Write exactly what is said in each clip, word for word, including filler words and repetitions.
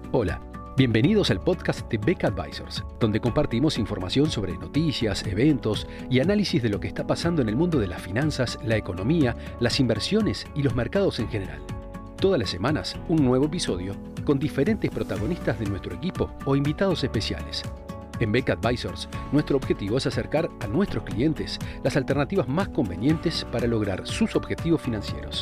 Hola, bienvenidos al podcast de Beck Advisors, donde compartimos información sobre noticias, eventos y análisis de lo que está pasando en el mundo de las finanzas, la economía, las inversiones y los mercados en general. Todas las semanas, un nuevo episodio con diferentes protagonistas de nuestro equipo o invitados especiales. En Beck Advisors, nuestro objetivo es acercar a nuestros clientes las alternativas más convenientes para lograr sus objetivos financieros.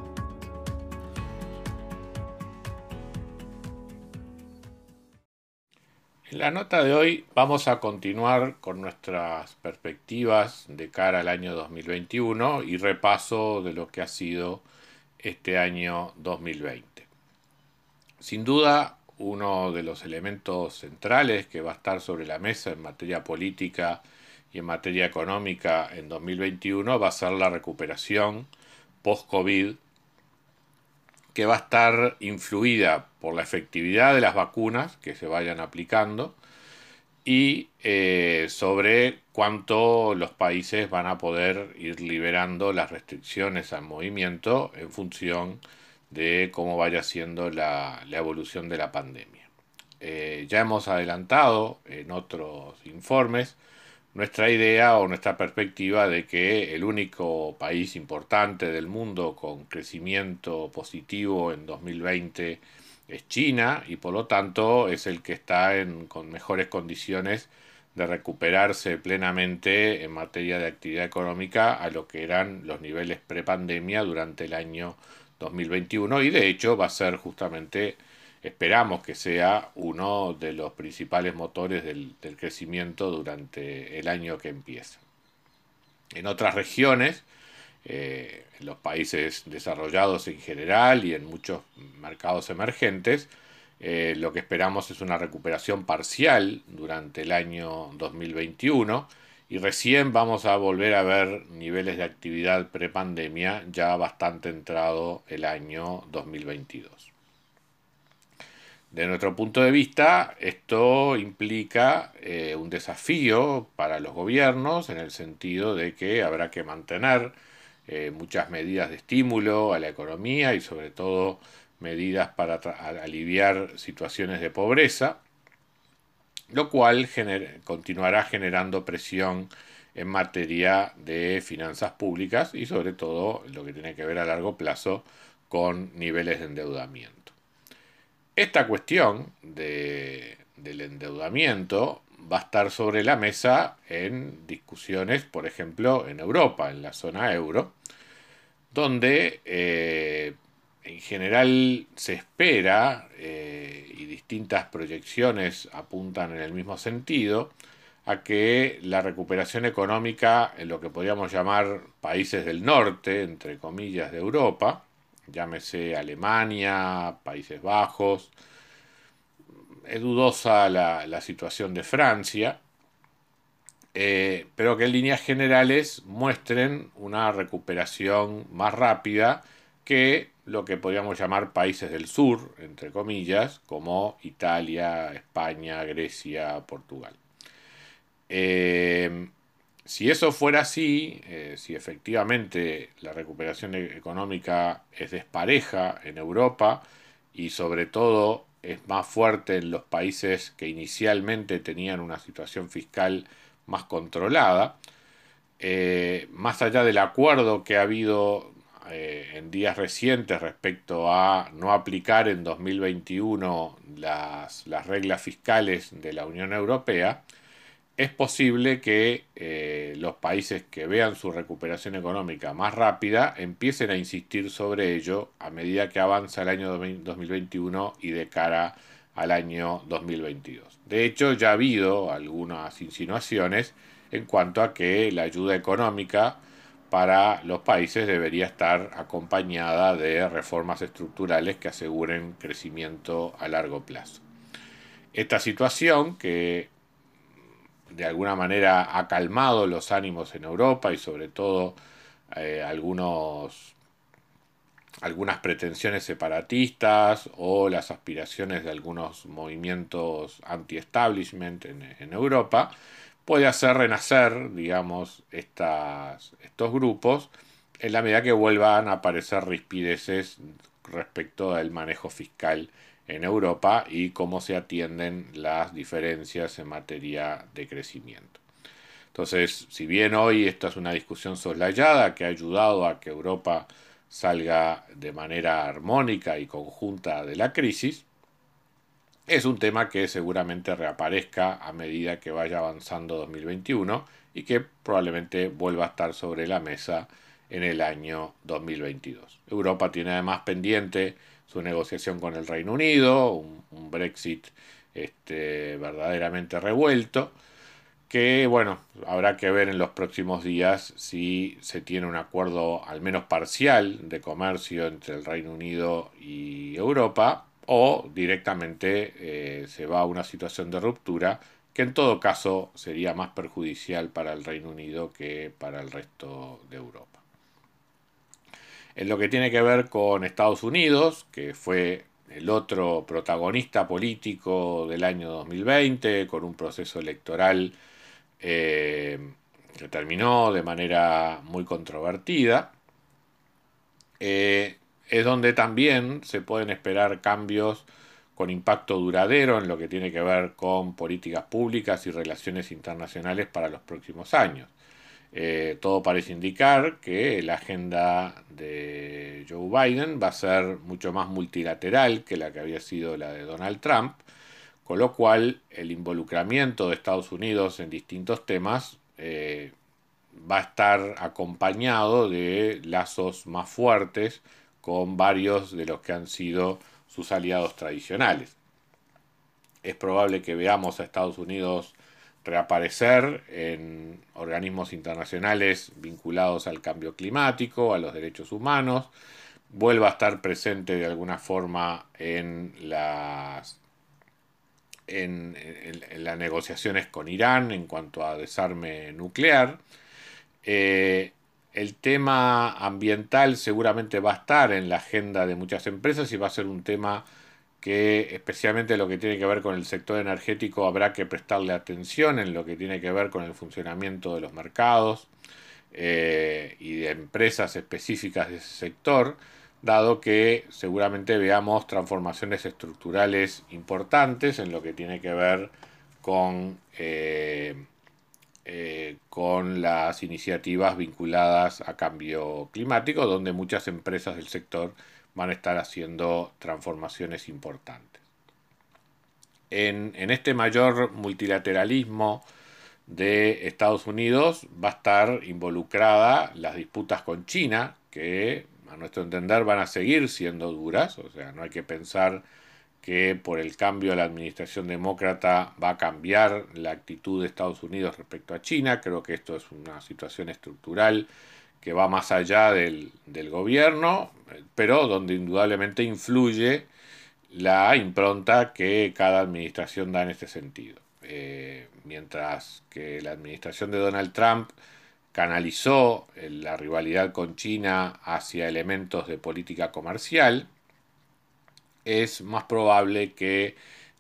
En la nota de hoy vamos a continuar con nuestras perspectivas de cara al año dos mil veintiuno y repaso de lo que ha sido este año dos mil veinte. Sin duda, uno de los elementos centrales que va a estar sobre la mesa en materia política y en materia económica en dos mil veintiuno va a ser la recuperación post-COVID, que va a estar influida por la efectividad de las vacunas que se vayan aplicando y eh, sobre cuánto los países van a poder ir liberando las restricciones al movimiento en función de cómo vaya siendo la, la evolución de la pandemia. Eh, ya hemos adelantado en otros informes nuestra idea o nuestra perspectiva de que el único país importante del mundo con crecimiento positivo en dos mil veinte es China y por lo tanto es el que está en, con mejores condiciones de recuperarse plenamente en materia de actividad económica a lo que eran los niveles prepandemia durante el año dos mil veintiuno y de hecho va a ser justamente, esperamos que sea uno de los principales motores del, del crecimiento durante el año que empieza. En otras regiones, eh, en los países desarrollados en general y en muchos mercados emergentes, eh, lo que esperamos es una recuperación parcial durante el año dos mil veintiuno y recién vamos a volver a ver niveles de actividad prepandemia ya bastante entrado el año dos mil veintidós. De nuestro punto de vista, esto implica eh, un desafío para los gobiernos en el sentido de que habrá que mantener eh, muchas medidas de estímulo a la economía y sobre todo medidas para aliviar situaciones de pobreza, lo cual gener continuará generando presión en materia de finanzas públicas y sobre todo lo que tiene que ver a largo plazo con niveles de endeudamiento. Esta cuestión de, del endeudamiento va a estar sobre la mesa en discusiones, por ejemplo, en Europa, en la zona euro, donde eh, en general se espera, eh, y distintas proyecciones apuntan en el mismo sentido, a que la recuperación económica en lo que podríamos llamar países del norte, entre comillas, de Europa, llámese Alemania, Países Bajos, es dudosa la, la situación de Francia, eh, pero que en líneas generales muestren una recuperación más rápida que lo que podríamos llamar países del sur, entre comillas, como Italia, España, Grecia, Portugal. Eh, Si eso fuera así, eh, si efectivamente la recuperación económica es despareja en Europa y sobre todo es más fuerte en los países que inicialmente tenían una situación fiscal más controlada, eh, más allá del acuerdo que ha habido eh, en días recientes respecto a no aplicar en dos mil veintiuno las, las reglas fiscales de la Unión Europea, es posible que eh, los países que vean su recuperación económica más rápida empiecen a insistir sobre ello a medida que avanza el año dos mil veintiuno y de cara al año dos mil veintidós. De hecho, ya ha habido algunas insinuaciones en cuanto a que la ayuda económica para los países debería estar acompañada de reformas estructurales que aseguren crecimiento a largo plazo. Esta situación, que de alguna manera ha calmado los ánimos en Europa y sobre todo eh, algunos, algunas pretensiones separatistas o las aspiraciones de algunos movimientos anti-establishment en, en Europa, puede hacer renacer, digamos, estas, estos grupos en la medida que vuelvan a aparecer rispideces respecto al manejo fiscal en Europa y cómo se atienden las diferencias en materia de crecimiento. Entonces, si bien hoy esta es una discusión soslayada que ha ayudado a que Europa salga de manera armónica y conjunta de la crisis, es un tema que seguramente reaparezca a medida que vaya avanzando dos mil veintiuno y que probablemente vuelva a estar sobre la mesa en el año dos mil veintidós. Europa tiene además pendiente su negociación con el Reino Unido, un, un Brexit este, verdaderamente revuelto, que bueno, habrá que ver en los próximos días si se tiene un acuerdo al menos parcial de comercio entre el Reino Unido y Europa o directamente eh, se va a una situación de ruptura que en todo caso sería más perjudicial para el Reino Unido que para el resto de Europa. En lo que tiene que ver con Estados Unidos, que fue el otro protagonista político del año dos mil veinte, con un proceso electoral eh, que terminó de manera muy controvertida, eh, es donde también se pueden esperar cambios con impacto duradero en lo que tiene que ver con políticas públicas y relaciones internacionales para los próximos años. Eh, todo parece indicar que la agenda de Joe Biden va a ser mucho más multilateral que la que había sido la de Donald Trump, con lo cual el involucramiento de Estados Unidos en distintos temas eh, va a estar acompañado de lazos más fuertes con varios de los que han sido sus aliados tradicionales. Es probable que veamos a Estados Unidos reaparecer en organismos internacionales vinculados al cambio climático, a los derechos humanos, vuelva a estar presente de alguna forma en las, en, en, en las negociaciones con Irán en cuanto a desarme nuclear. Eh, el tema ambiental seguramente va a estar en la agenda de muchas empresas y va a ser un tema que especialmente lo que tiene que ver con el sector energético habrá que prestarle atención en lo que tiene que ver con el funcionamiento de los mercados eh, y de empresas específicas de ese sector, dado que seguramente veamos transformaciones estructurales importantes en lo que tiene que ver con, eh, eh, con las iniciativas vinculadas a cambio climático, donde muchas empresas del sector van a estar haciendo transformaciones importantes. En, en este mayor multilateralismo de Estados Unidos va a estar involucrada las disputas con China, que a nuestro entender van a seguir siendo duras, o sea, no hay que pensar que por el cambio de la administración demócrata va a cambiar la actitud de Estados Unidos respecto a China. Creo que esto es una situación estructural que va más allá del, del gobierno, pero donde indudablemente influye la impronta que cada administración da en este sentido. Eh, mientras que la administración de Donald Trump canalizó la rivalidad con China hacia elementos de política comercial, es más probable que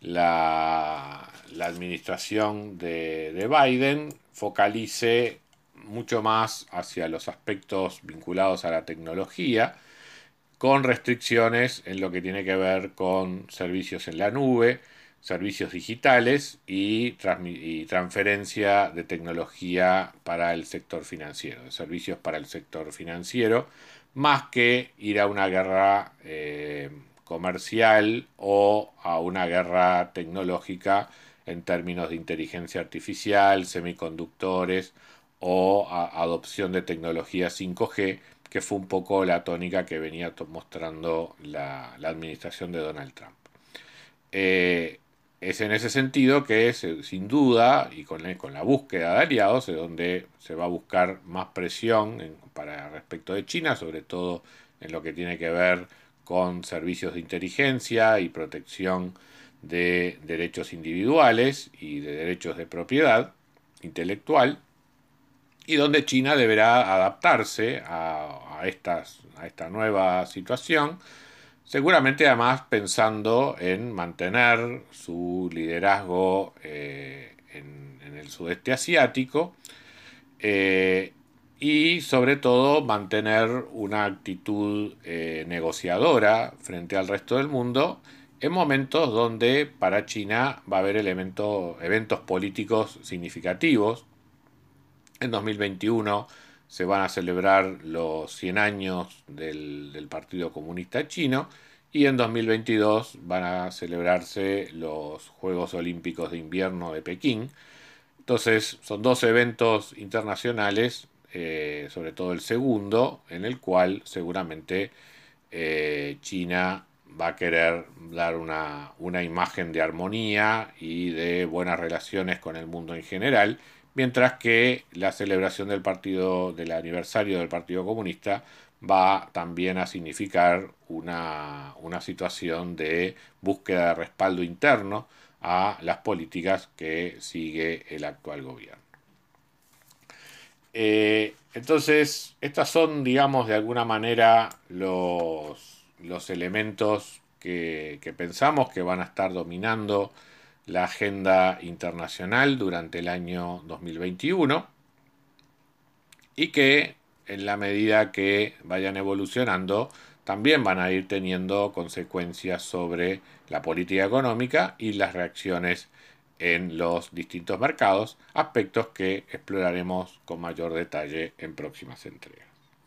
la, la administración de, de Biden focalice mucho más hacia los aspectos vinculados a la tecnología, con restricciones en lo que tiene que ver con servicios en la nube, servicios digitales y, y transferencia de tecnología para el sector financiero, de servicios para el sector financiero, más que ir a una guerra eh, comercial o a una guerra tecnológica en términos de inteligencia artificial, semiconductores o a adopción de tecnología cinco G, que fue un poco la tónica que venía mostrando la, la administración de Donald Trump. Eh, es en ese sentido que es, sin duda, y con, con la búsqueda de aliados, es donde se va a buscar más presión en, para respecto de China, sobre todo en lo que tiene que ver con servicios de inteligencia y protección de derechos individuales y de derechos de propiedad intelectual, y donde China deberá adaptarse a, a, estas, a esta nueva situación, seguramente además pensando en mantener su liderazgo eh, en, en el sudeste asiático eh, y sobre todo mantener una actitud eh, negociadora frente al resto del mundo en momentos donde para China va a haber elementos, eventos políticos significativos. En dos mil veintiuno se van a celebrar los cien años del, del Partido Comunista Chino y en dos mil veintidós van a celebrarse los Juegos Olímpicos de Invierno de Pekín. Entonces son dos eventos internacionales, eh, sobre todo el segundo, en el cual seguramente eh, China va a querer dar una, una imagen de armonía y de buenas relaciones con el mundo en general, mientras que la celebración del partido, del aniversario del Partido Comunista va también a significar una, una situación de búsqueda de respaldo interno a las políticas que sigue el actual gobierno. Eh, entonces, estas son, digamos, de alguna manera los, los elementos que, que pensamos que van a estar dominando la agenda internacional durante el año dos mil veintiuno y que en la medida que vayan evolucionando también van a ir teniendo consecuencias sobre la política económica y las reacciones en los distintos mercados, aspectos que exploraremos con mayor detalle en próximas entregas.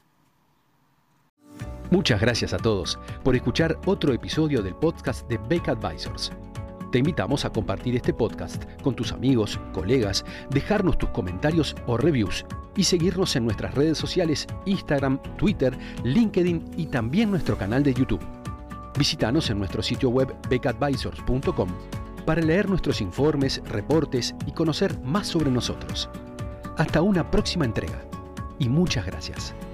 Muchas gracias a todos por escuchar otro episodio del podcast de Beck Advisors. Te invitamos a compartir este podcast con tus amigos, colegas, dejarnos tus comentarios o reviews y seguirnos en nuestras redes sociales Instagram, Twitter, LinkedIn y también nuestro canal de YouTube. Visítanos en nuestro sitio web beck advisors punto com para leer nuestros informes, reportes y conocer más sobre nosotros. Hasta una próxima entrega y muchas gracias.